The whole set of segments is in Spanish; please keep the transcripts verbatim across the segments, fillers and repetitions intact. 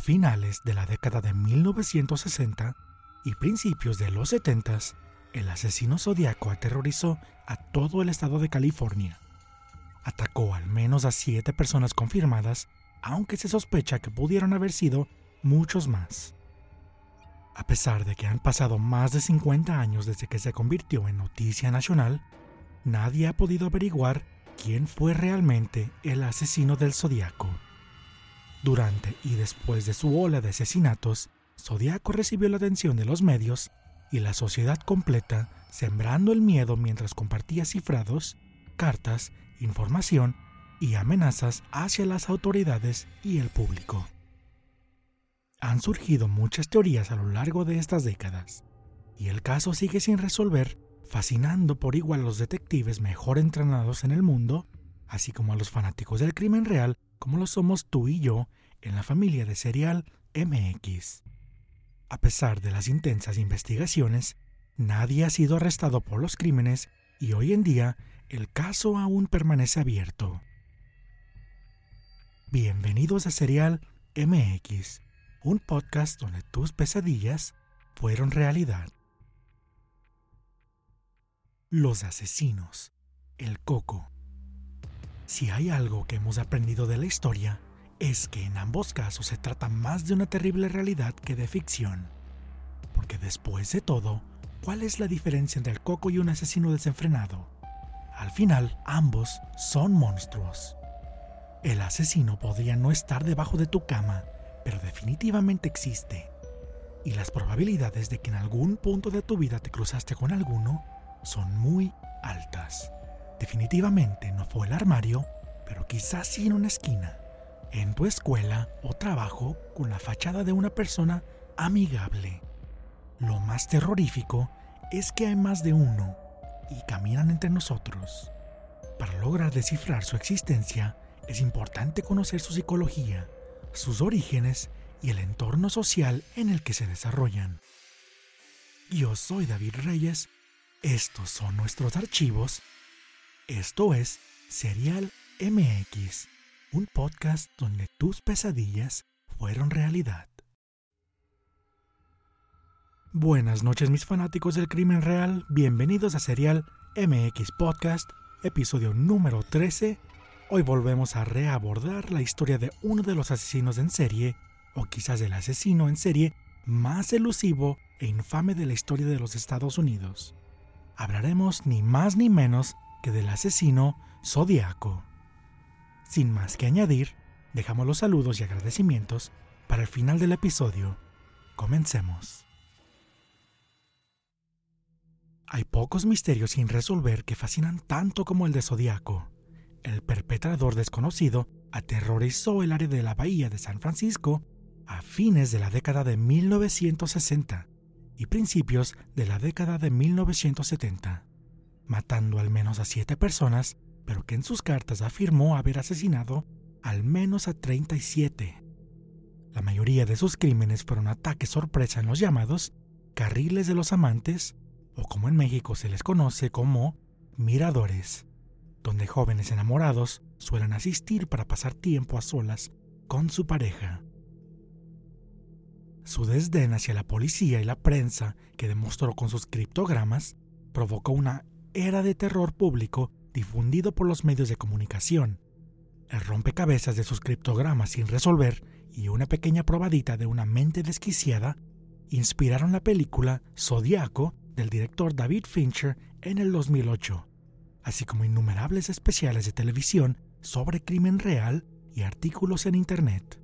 finales de la década de mil novecientos sesenta y principios de los setenta, el asesino zodiaco aterrorizó a todo el estado de California. Atacó al menos a siete personas confirmadas, aunque se sospecha que pudieron haber sido muchos más. A pesar de que han pasado más de cincuenta años desde que se convirtió en noticia nacional, nadie ha podido averiguar quién fue realmente el asesino del Zodiaco. Durante y después de su ola de asesinatos, Zodiaco recibió la atención de los medios y la sociedad completa, sembrando el miedo mientras compartía cifrados, cartas, información y amenazas hacia las autoridades y el público. Han surgido muchas teorías a lo largo de estas décadas, y el caso sigue sin resolver, fascinando por igual a los detectives mejor entrenados en el mundo, así como a los fanáticos del crimen real, como lo somos tú y yo en la familia de Serial M X. A pesar de las intensas investigaciones, nadie ha sido arrestado por los crímenes y hoy en día el caso aún permanece abierto. Bienvenidos a Serial M X, un podcast donde tus pesadillas fueron realidad. Los asesinos, el coco. Si hay algo que hemos aprendido de la historia, es que en ambos casos se trata más de una terrible realidad que de ficción. Porque después de todo, ¿cuál es la diferencia entre el coco y un asesino desenfrenado? Al final, ambos son monstruos. El asesino podría no estar debajo de tu cama, pero definitivamente existe. Y las probabilidades de que en algún punto de tu vida te cruzaste con alguno son muy altas. Definitivamente no fue el armario, pero quizás sí en una esquina, en tu escuela o trabajo con la fachada de una persona amigable. Lo más terrorífico es que hay más de uno y caminan entre nosotros. Para lograr descifrar su existencia, es importante conocer su psicología, sus orígenes y el entorno social en el que se desarrollan. Yo soy David Reyes, estos son nuestros archivos, esto es Serial M X, un podcast donde tus pesadillas fueron realidad. Buenas noches mis fanáticos del crimen real, bienvenidos a Serial M X Podcast, episodio número trece. Hoy volvemos a reabordar la historia de uno de los asesinos en serie, o quizás el asesino en serie más elusivo e infame de la historia de los Estados Unidos. Hablaremos ni más ni menos que del asesino Zodiaco. Sin más que añadir, dejamos los saludos y agradecimientos para el final del episodio. Comencemos. Hay pocos misterios sin resolver que fascinan tanto como el de Zodiaco. El perpetrador desconocido aterrorizó el área de la bahía de San Francisco a fines de la década de mil novecientos sesenta y principios de la década de mil novecientos setenta, matando al menos a siete personas, pero que en sus cartas afirmó haber asesinado al menos a treinta y siete. La mayoría de sus crímenes fueron ataques sorpresa en los llamados carriles de los amantes, o como en México se les conoce como miradores, donde jóvenes enamorados suelen asistir para pasar tiempo a solas con su pareja. Su desdén hacia la policía y la prensa, que demostró con sus criptogramas, provocó una era de terror público difundido por los medios de comunicación. El rompecabezas de sus criptogramas sin resolver y una pequeña probadita de una mente desquiciada inspiraron la película Zodiaco del director David Fincher en el dos mil ocho, así como innumerables especiales de televisión sobre crimen real y artículos en internet.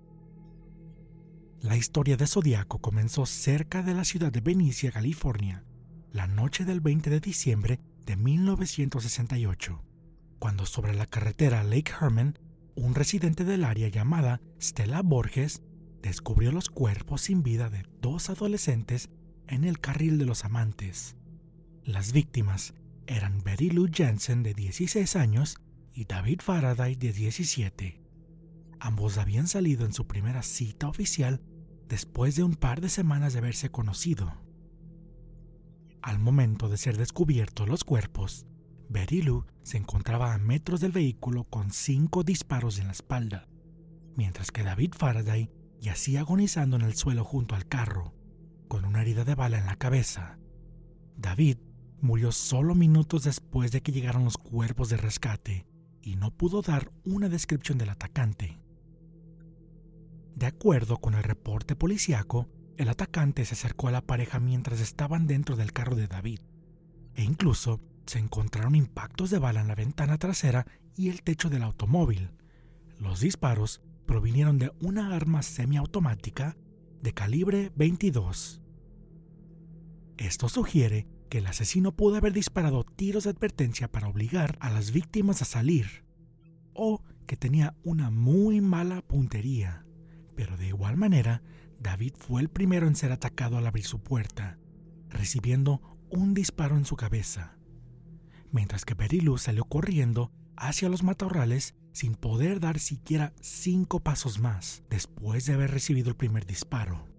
La historia de Zodiaco comenzó cerca de la ciudad de Venicia, California, la noche del veinte de diciembre de mil novecientos sesenta y ocho, cuando sobre la carretera Lake Herman, un residente del área llamada Stella Borges descubrió los cuerpos sin vida de dos adolescentes en el carril de los amantes. Las víctimas eran Betty Lou Jensen, de dieciséis años, y David Faraday, de diecisiete. Ambos habían salido en su primera cita oficial después de un par de semanas de haberse conocido. Al momento de ser descubiertos los cuerpos, Betty Lou se encontraba a metros del vehículo con cinco disparos en la espalda, mientras que David Faraday yacía agonizando en el suelo junto al carro, con una herida de bala en la cabeza. David murió solo minutos después de que llegaron los cuerpos de rescate y no pudo dar una descripción del atacante. De acuerdo con el reporte policíaco, el atacante se acercó a la pareja mientras estaban dentro del carro de David, e incluso se encontraron impactos de bala en la ventana trasera y el techo del automóvil. Los disparos provinieron de una arma semiautomática de calibre veintidós. Esto sugiere que el asesino pudo haber disparado tiros de advertencia para obligar a las víctimas a salir, o que tenía una muy mala puntería. Pero de igual manera, David fue el primero en ser atacado al abrir su puerta, recibiendo un disparo en su cabeza, mientras que Beryl salió corriendo hacia los matorrales sin poder dar siquiera cinco pasos más después de haber recibido el primer disparo.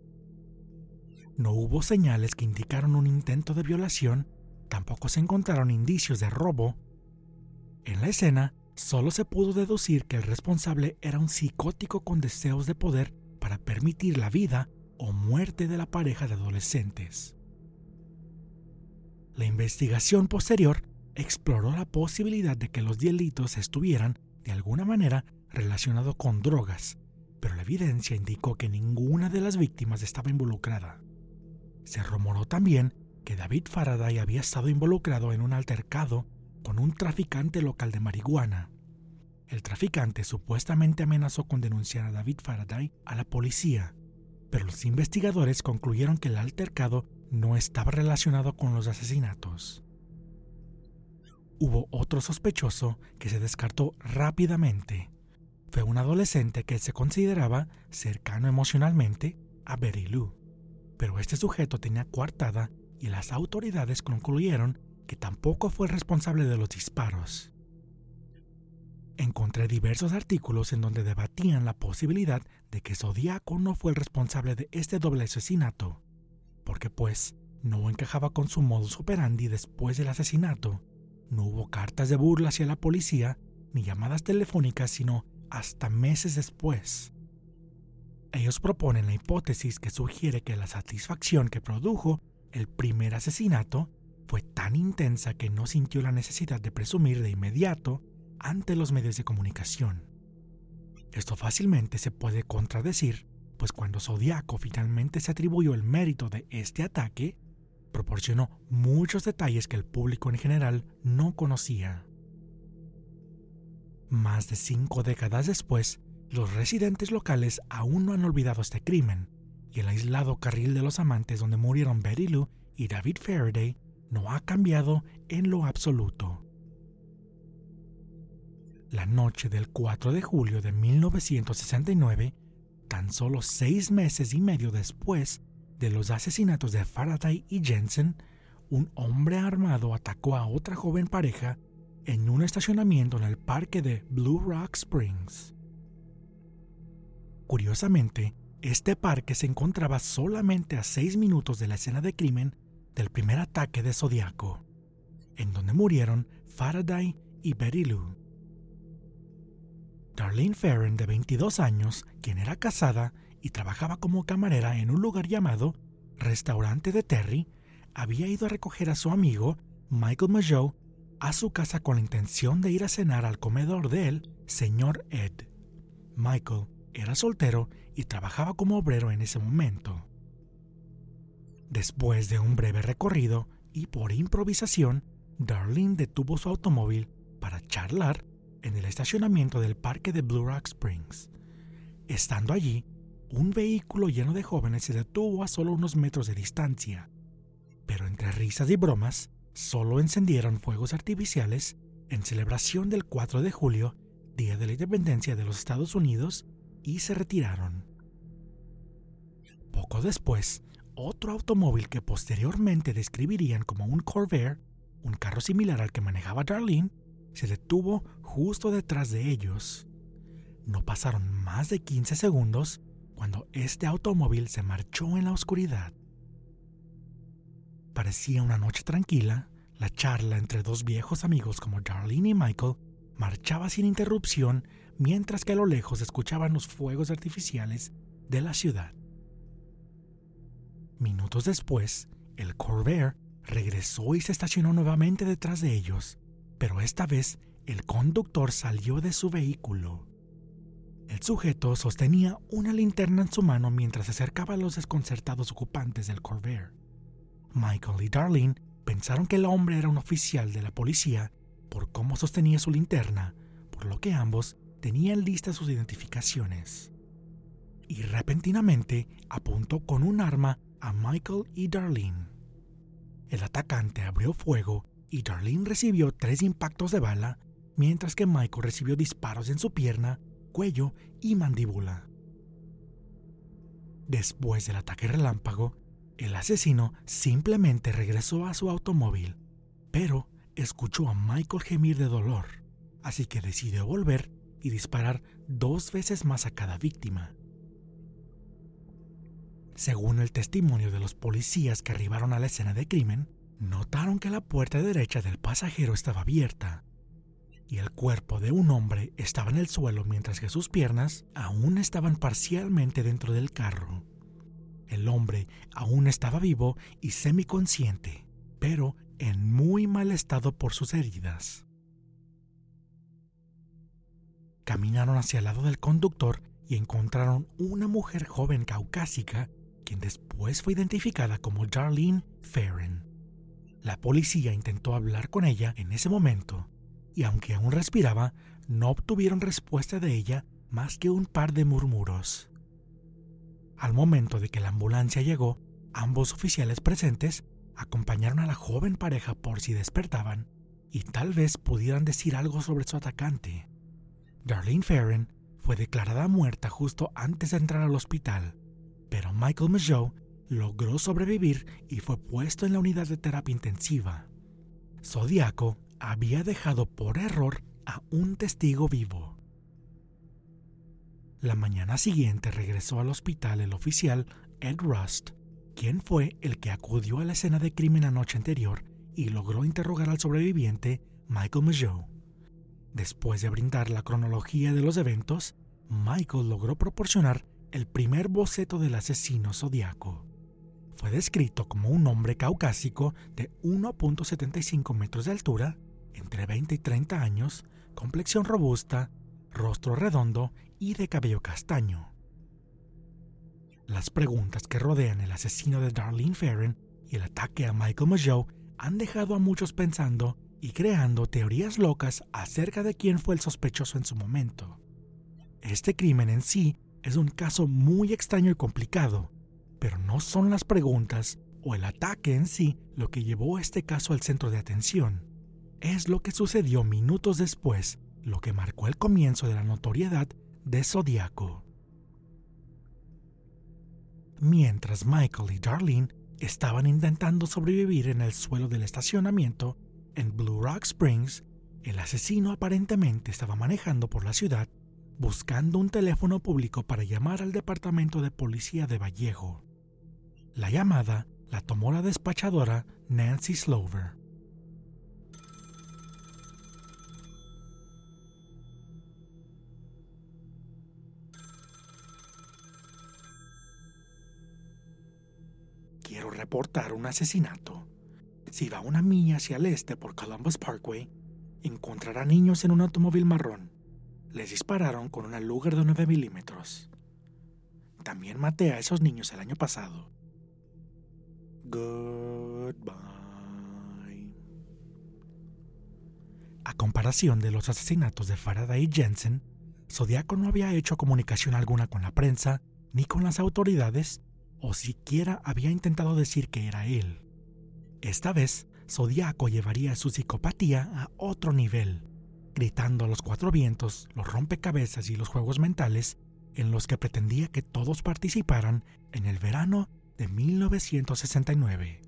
No hubo señales que indicaron un intento de violación, tampoco se encontraron indicios de robo. En la escena, solo se pudo deducir que el responsable era un psicótico con deseos de poder para permitir la vida o muerte de la pareja de adolescentes. La investigación posterior exploró la posibilidad de que los delitos estuvieran, de alguna manera, relacionados con drogas, pero la evidencia indicó que ninguna de las víctimas estaba involucrada. Se rumoró también que David Faraday había estado involucrado en un altercado con un traficante local de marihuana. El traficante supuestamente amenazó con denunciar a David Faraday a la policía, pero los investigadores concluyeron que el altercado no estaba relacionado con los asesinatos. Hubo otro sospechoso que se descartó rápidamente. Fue un adolescente que se consideraba cercano emocionalmente a Beryl, pero este sujeto tenía coartada y las autoridades concluyeron que tampoco fue el responsable de los disparos. Encontré diversos artículos en donde debatían la posibilidad de que Zodiaco no fue el responsable de este doble asesinato, porque pues no encajaba con su modus operandi después del asesinato. No hubo cartas de burla hacia la policía ni llamadas telefónicas sino hasta meses después. Ellos proponen la hipótesis que sugiere que la satisfacción que produjo el primer asesinato fue tan intensa que no sintió la necesidad de presumir de inmediato ante los medios de comunicación. Esto fácilmente se puede contradecir, pues cuando Zodiaco finalmente se atribuyó el mérito de este ataque, proporcionó muchos detalles que el público en general no conocía. Más de cinco décadas después, los residentes locales aún no han olvidado este crimen, y el aislado carril de los amantes donde murieron Beryl y David Faraday no ha cambiado en lo absoluto. La noche del cuatro de julio de mil novecientos sesenta y nueve, tan solo seis meses y medio después de los asesinatos de Faraday y Jensen, un hombre armado atacó a otra joven pareja en un estacionamiento en el parque de Blue Rock Springs. Curiosamente, este parque se encontraba solamente a seis minutos de la escena de crimen del primer ataque de Zodiaco, en donde murieron Faraday y Beryl. Darlene Ferrin, de veintidós años, quien era casada y trabajaba como camarera en un lugar llamado Restaurante de Terry, había ido a recoger a su amigo Michael Mageau a su casa con la intención de ir a cenar al comedor del señor Ed. Michael era soltero y trabajaba como obrero en ese momento. Después de un breve recorrido y por improvisación, Darlene detuvo su automóvil para charlar en el estacionamiento del parque de Blue Rock Springs. Estando allí, un vehículo lleno de jóvenes se detuvo a solo unos metros de distancia, pero entre risas y bromas, solo encendieron fuegos artificiales en celebración del cuatro de julio, Día de la Independencia de los Estados Unidos, y se retiraron. Poco después, otro automóvil que posteriormente describirían como un Corvair, un carro similar al que manejaba Darlene, se detuvo justo detrás de ellos. No pasaron más de quince segundos cuando este automóvil se marchó en la oscuridad. Parecía una noche tranquila. La charla entre dos viejos amigos como Darlene y Michael marchaba sin interrupción mientras que a lo lejos escuchaban los fuegos artificiales de la ciudad. Minutos después, el Corvair regresó y se estacionó nuevamente detrás de ellos, pero esta vez el conductor salió de su vehículo. El sujeto sostenía una linterna en su mano mientras se acercaba a los desconcertados ocupantes del Corvair. Michael y Darlene pensaron que el hombre era un oficial de la policía por cómo sostenía su linterna, por lo que ambos tenían listas sus identificaciones. Y repentinamente apuntó con un arma a Michael y Darlene. El atacante abrió fuego y Darlene recibió tres impactos de bala, mientras que Michael recibió disparos en su pierna, cuello y mandíbula. Después del ataque relámpago, el asesino simplemente regresó a su automóvil, pero escuchó a Michael gemir de dolor, así que decidió volver y disparar dos veces más a cada víctima. Según el testimonio de los policías que arribaron a la escena de crimen, notaron que la puerta derecha del pasajero estaba abierta y el cuerpo de un hombre estaba en el suelo mientras que sus piernas aún estaban parcialmente dentro del carro. El hombre aún estaba vivo y semiconsciente, pero en muy mal estado por sus heridas. Caminaron hacia el lado del conductor y encontraron una mujer joven caucásica, quien después fue identificada como Darlene Ferrin. La policía intentó hablar con ella en ese momento, y aunque aún respiraba, no obtuvieron respuesta de ella más que un par de murmuros. Al momento de que la ambulancia llegó, ambos oficiales presentes acompañaron a la joven pareja por si despertaban y tal vez pudieran decir algo sobre su atacante. Darlene Ferrin fue declarada muerta justo antes de entrar al hospital, pero Michael Mageau logró sobrevivir y fue puesto en la unidad de terapia intensiva. Zodiaco había dejado por error a un testigo vivo. La mañana siguiente regresó al hospital el oficial Ed Rust, quien fue el que acudió a la escena de crimen la noche anterior y logró interrogar al sobreviviente Michael Mageau. Después de brindar la cronología de los eventos, Michael logró proporcionar el primer boceto del asesino zodiaco. Fue descrito como un hombre caucásico de uno punto setenta y cinco metros de altura, entre veinte y treinta años, complexión robusta, rostro redondo y de cabello castaño. Las preguntas que rodean el asesino de Darlene Ferrin y el ataque a Michael Mageau han dejado a muchos pensando y creando teorías locas acerca de quién fue el sospechoso en su momento. Este crimen en sí es un caso muy extraño y complicado, pero no son las preguntas o el ataque en sí lo que llevó este caso al centro de atención. Es lo que sucedió minutos después, lo que marcó el comienzo de la notoriedad de Zodiaco. Mientras Michael y Darlene estaban intentando sobrevivir en el suelo del estacionamiento en Blue Rock Springs, el asesino aparentemente estaba manejando por la ciudad buscando un teléfono público para llamar al departamento de policía de Vallejo. La llamada la tomó la despachadora Nancy Slover. Quiero reportar un asesinato. Si va una milla hacia el este por Columbus Parkway, encontrará niños en un automóvil marrón. Les dispararon con una Luger de nueve milímetros. También maté a esos niños el año pasado. Goodbye. A comparación de los asesinatos de Faraday y Jensen, Zodiaco no había hecho comunicación alguna con la prensa ni con las autoridades, o siquiera había intentado decir que era él. Esta vez, Zodiaco llevaría su psicopatía a otro nivel, gritando a los cuatro vientos, los rompecabezas y los juegos mentales en los que pretendía que todos participaran en el verano de mil novecientos sesenta y nueve.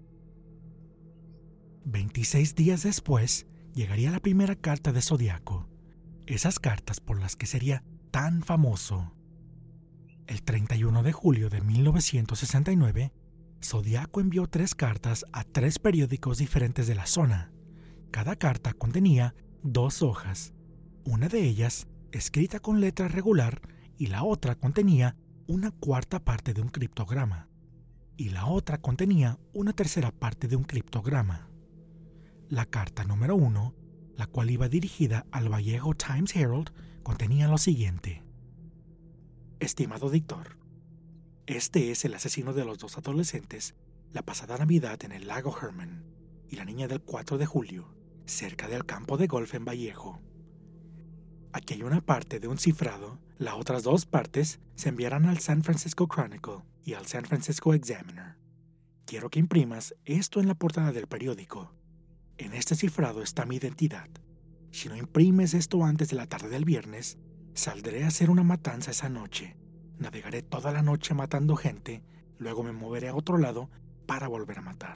veintiséis días después, llegaría la primera carta de Zodiaco, esas cartas por las que sería tan famoso. El treinta y uno de julio de mil novecientos sesenta y nueve, Zodiaco envió tres cartas a tres periódicos diferentes de la zona. Cada carta contenía dos hojas, una de ellas escrita con letra regular y la otra contenía una cuarta parte de un criptograma y la otra contenía una tercera parte de un criptograma. La carta número uno, la cual iba dirigida al Vallejo Times Herald, contenía lo siguiente: Estimado dictor, este es el asesino de los dos adolescentes la pasada Navidad en el lago Herman y la niña del cuatro de julio, cerca del campo de golf en Vallejo. Aquí hay una parte de un cifrado, las otras dos partes se enviarán al San Francisco Chronicle y al San Francisco Examiner. Quiero que imprimas esto en la portada del periódico. En este cifrado está mi identidad. Si no imprimes esto antes de la tarde del viernes, saldré a hacer una matanza esa noche. Navegaré toda la noche matando gente, luego me moveré a otro lado para volver a matar.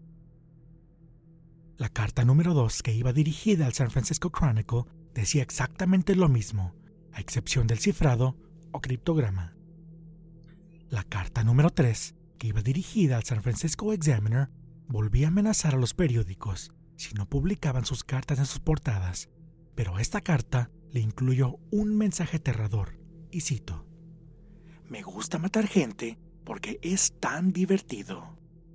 La carta número dos, que iba dirigida al San Francisco Chronicle, decía exactamente lo mismo, a excepción del cifrado o criptograma. La carta número tres, que iba dirigida al San Francisco Examiner, volvía a amenazar a los periódicos si no publicaban sus cartas en sus portadas, pero esta carta le incluyó un mensaje aterrador, y cito: Me gusta matar gente porque es tan divertido.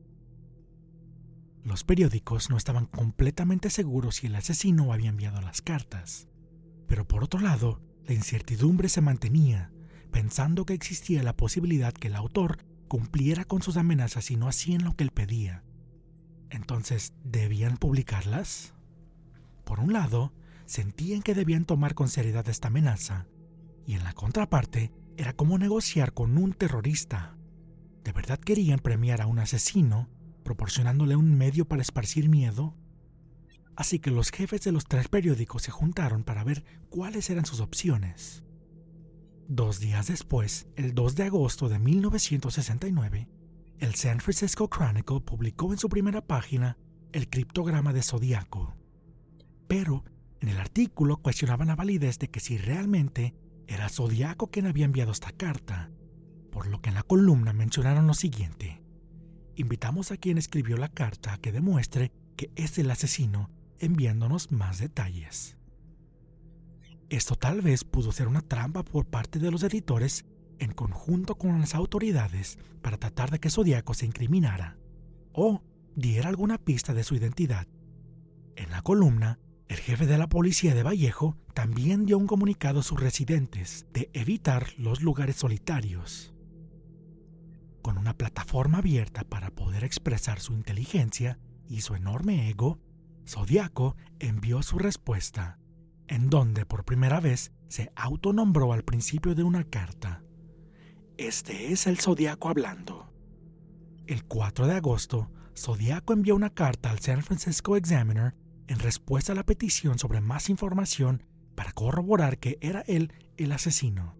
Los periódicos no estaban completamente seguros si el asesino había enviado las cartas, pero por otro lado, la incertidumbre se mantenía, pensando que existía la posibilidad que el autor cumpliera con sus amenazas y no hacían lo que él pedía. Entonces, ¿debían publicarlas? Por un lado, sentían que debían tomar con seriedad esta amenaza, y en la contraparte, era como negociar con un terrorista. ¿De verdad querían premiar a un asesino, proporcionándole un medio para esparcir miedo? Así que los jefes de los tres periódicos se juntaron para ver cuáles eran sus opciones. Dos días después, el dos de agosto de mil novecientos sesenta y nueve, el San Francisco Chronicle publicó en su primera página el criptograma de Zodiaco. Pero en el artículo cuestionaban la validez de que si realmente era Zodiaco quien había enviado esta carta, por lo que en la columna mencionaron lo siguiente: invitamos a quien escribió la carta a que demuestre que es el asesino, enviándonos más detalles. Esto tal vez pudo ser una trampa por parte de los editores en conjunto con las autoridades para tratar de que Zodiaco se incriminara o diera alguna pista de su identidad. En la columna, el jefe de la policía de Vallejo también dio un comunicado a sus residentes de evitar los lugares solitarios. Con una plataforma abierta para poder expresar su inteligencia y su enorme ego, Zodiaco envió su respuesta, en donde por primera vez se autonombró al principio de una carta. Este es el Zodiaco hablando. El cuatro de agosto, Zodiaco envió una carta al San Francisco Examiner en respuesta a la petición sobre más información para corroborar que era él el asesino.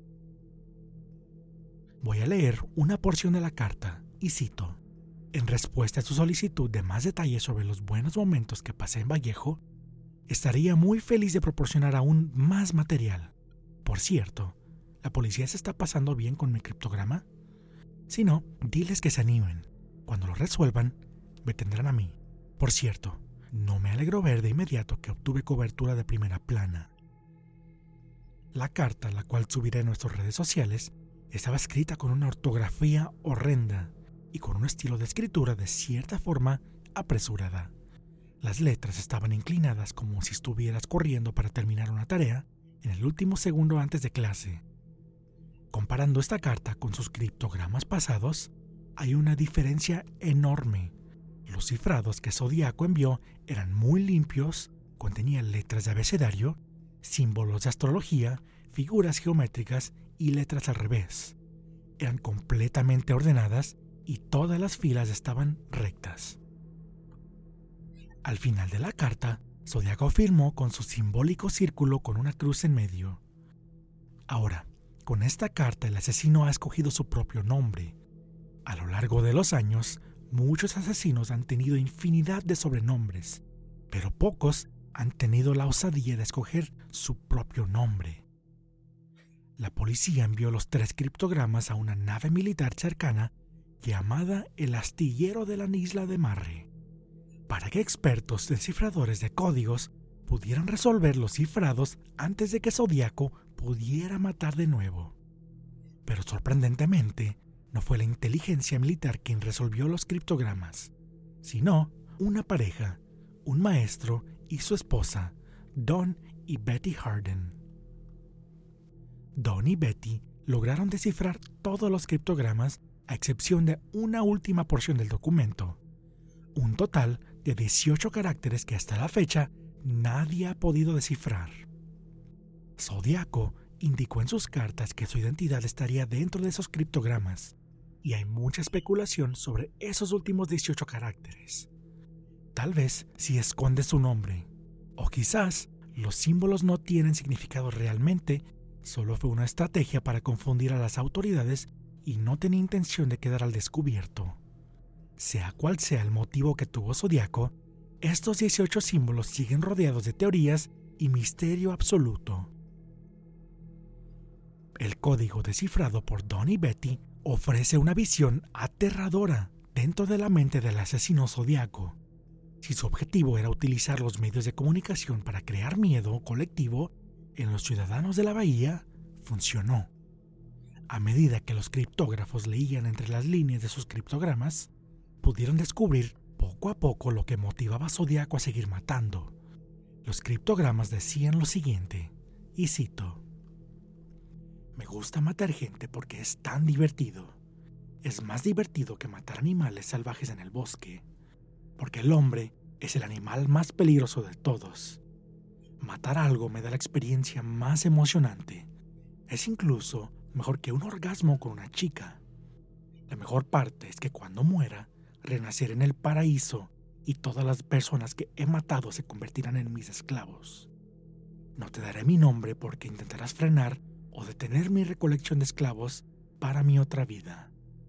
Voy a leer una porción de la carta y cito: en respuesta a su solicitud de más detalles sobre los buenos momentos que pasé en Vallejo, estaría muy feliz de proporcionar aún más material. Por cierto, ¿la policía se está pasando bien con mi criptograma? Si no, diles que se animen. Cuando lo resuelvan, me tendrán a mí. Por cierto, no me alegró ver de inmediato que obtuve cobertura de primera plana. La carta, la cual subiré en nuestras redes sociales, estaba escrita con una ortografía horrenda y con un estilo de escritura de cierta forma apresurada. Las letras estaban inclinadas como si estuvieras corriendo para terminar una tarea en el último segundo antes de clase. Comparando esta carta con sus criptogramas pasados, hay una diferencia enorme. Los cifrados que Zodiaco envió eran muy limpios, contenían letras de abecedario, símbolos de astrología, figuras geométricas y letras al revés. Eran completamente ordenadas y todas las filas estaban rectas. Al final de la carta, Zodiaco firmó con su simbólico círculo con una cruz en medio. Ahora, con esta carta el asesino ha escogido su propio nombre. A lo largo de los años, muchos asesinos han tenido infinidad de sobrenombres, pero pocos han tenido la osadía de escoger su propio nombre. La policía envió los tres criptogramas a una nave militar cercana llamada el Astillero de la Isla de Marre, para que expertos descifradores de códigos pudieran resolver los cifrados antes de que Zodiaco pudiera matar de nuevo. Pero sorprendentemente, no fue la inteligencia militar quien resolvió los criptogramas, sino una pareja, un maestro y su esposa, Don y Betty Harden. Don y Betty lograron descifrar todos los criptogramas a excepción de una última porción del documento, un total de dieciocho caracteres que hasta la fecha nadie ha podido descifrar. Zodiaco indicó en sus cartas que su identidad estaría dentro de esos criptogramas, y hay mucha especulación sobre esos últimos dieciocho caracteres. Tal vez si esconde su nombre, o quizás los símbolos no tienen significado realmente, solo fue una estrategia para confundir a las autoridades y no tenía intención de quedar al descubierto. Sea cual sea el motivo que tuvo Zodiaco, estos dieciocho símbolos siguen rodeados de teorías y misterio absoluto. El código descifrado por Don y Betty ofrece una visión aterradora dentro de la mente del asesino Zodiaco. Si su objetivo era utilizar los medios de comunicación para crear miedo colectivo en los ciudadanos de la bahía, funcionó. A medida que los criptógrafos leían entre las líneas de sus criptogramas, pudieron descubrir poco a poco lo que motivaba a Zodiaco a seguir matando. Los criptogramas decían lo siguiente, y cito: "Me gusta matar gente porque es tan divertido. Es más divertido que matar animales salvajes en el bosque, porque el hombre es el animal más peligroso de todos. Matar algo me da la experiencia más emocionante. Es incluso mejor que un orgasmo con una chica. La mejor parte es que cuando muera, renaceré en el paraíso y todas las personas que he matado se convertirán en mis esclavos. No te daré mi nombre porque intentarás frenar o detener mi recolección de esclavos para mi otra vida".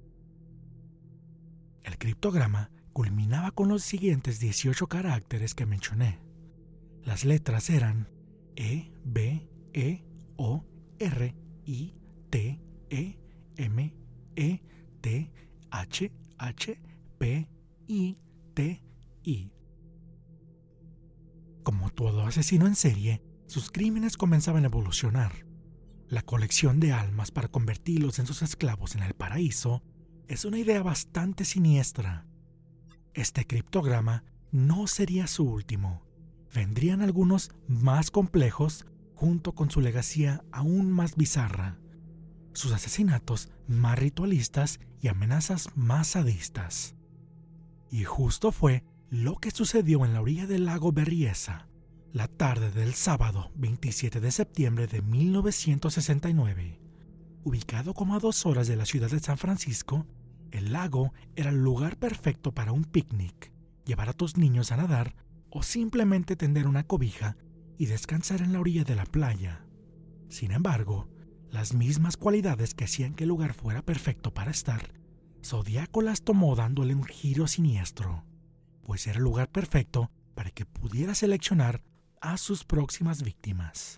El criptograma culminaba con los siguientes dieciocho caracteres que mencioné. Las letras eran E, B, E, O, R, I, T, E, M, E, T, H, H, P, I, T, I. Como todo asesino en serie, sus crímenes comenzaban a evolucionar. La colección de almas para convertirlos en sus esclavos en el paraíso es una idea bastante siniestra. Este criptograma no sería su último. Vendrían algunos más complejos junto con su legacía aún más bizarra, sus asesinatos más ritualistas y amenazas más sadistas. Y justo fue lo que sucedió en la orilla del lago Berryessa, la tarde del sábado veintisiete de septiembre de mil novecientos sesenta y nueve. Ubicado como a dos horas de la ciudad de San Francisco, el lago era el lugar perfecto para un picnic, llevar a tus niños a nadar o simplemente tender una cobija y descansar en la orilla de la playa. Sin embargo, las mismas cualidades que hacían que el lugar fuera perfecto para estar, Zodiaco las tomó dándole un giro siniestro, pues era el lugar perfecto para que pudiera seleccionar a sus próximas víctimas.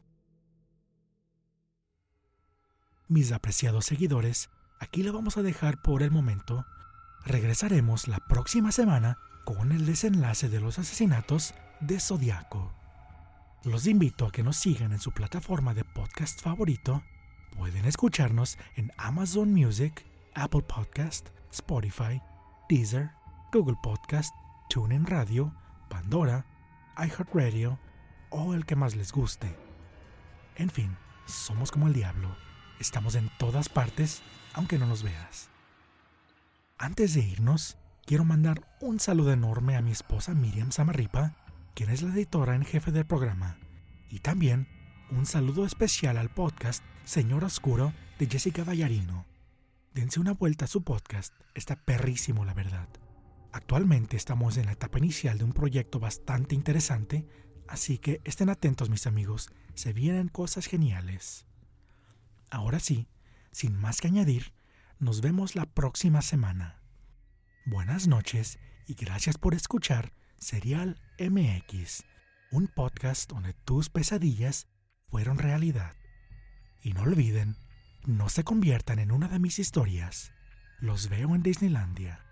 Mis apreciados seguidores, aquí lo vamos a dejar por el momento. Regresaremos la próxima semana con el desenlace de los asesinatos de Zodiaco. Los invito a que nos sigan en su plataforma de podcast favorito. Pueden escucharnos en Amazon Music, Apple Podcast, Spotify, Deezer, Google Podcast, TuneIn Radio, Pandora, iHeartRadio o el que más les guste. En fin, somos como el diablo. Estamos en todas partes, aunque no nos veas. Antes de irnos, quiero mandar un saludo enorme a mi esposa Miriam Samarripa, quien es la editora en jefe del programa, y también un saludo especial al podcast Señor Oscuro de Jessica Vallarino. Dense una vuelta a su podcast, está perrísimo la verdad. Actualmente estamos en la etapa inicial de un proyecto bastante interesante, así que estén atentos mis amigos, se vienen cosas geniales. Ahora sí, sin más que añadir, nos vemos la próxima semana. Buenas noches y gracias por escuchar Serial M X, un podcast donde tus pesadillas fueron realidad. Y no olviden, no se conviertan en una de mis historias. Los veo en Disneylandia.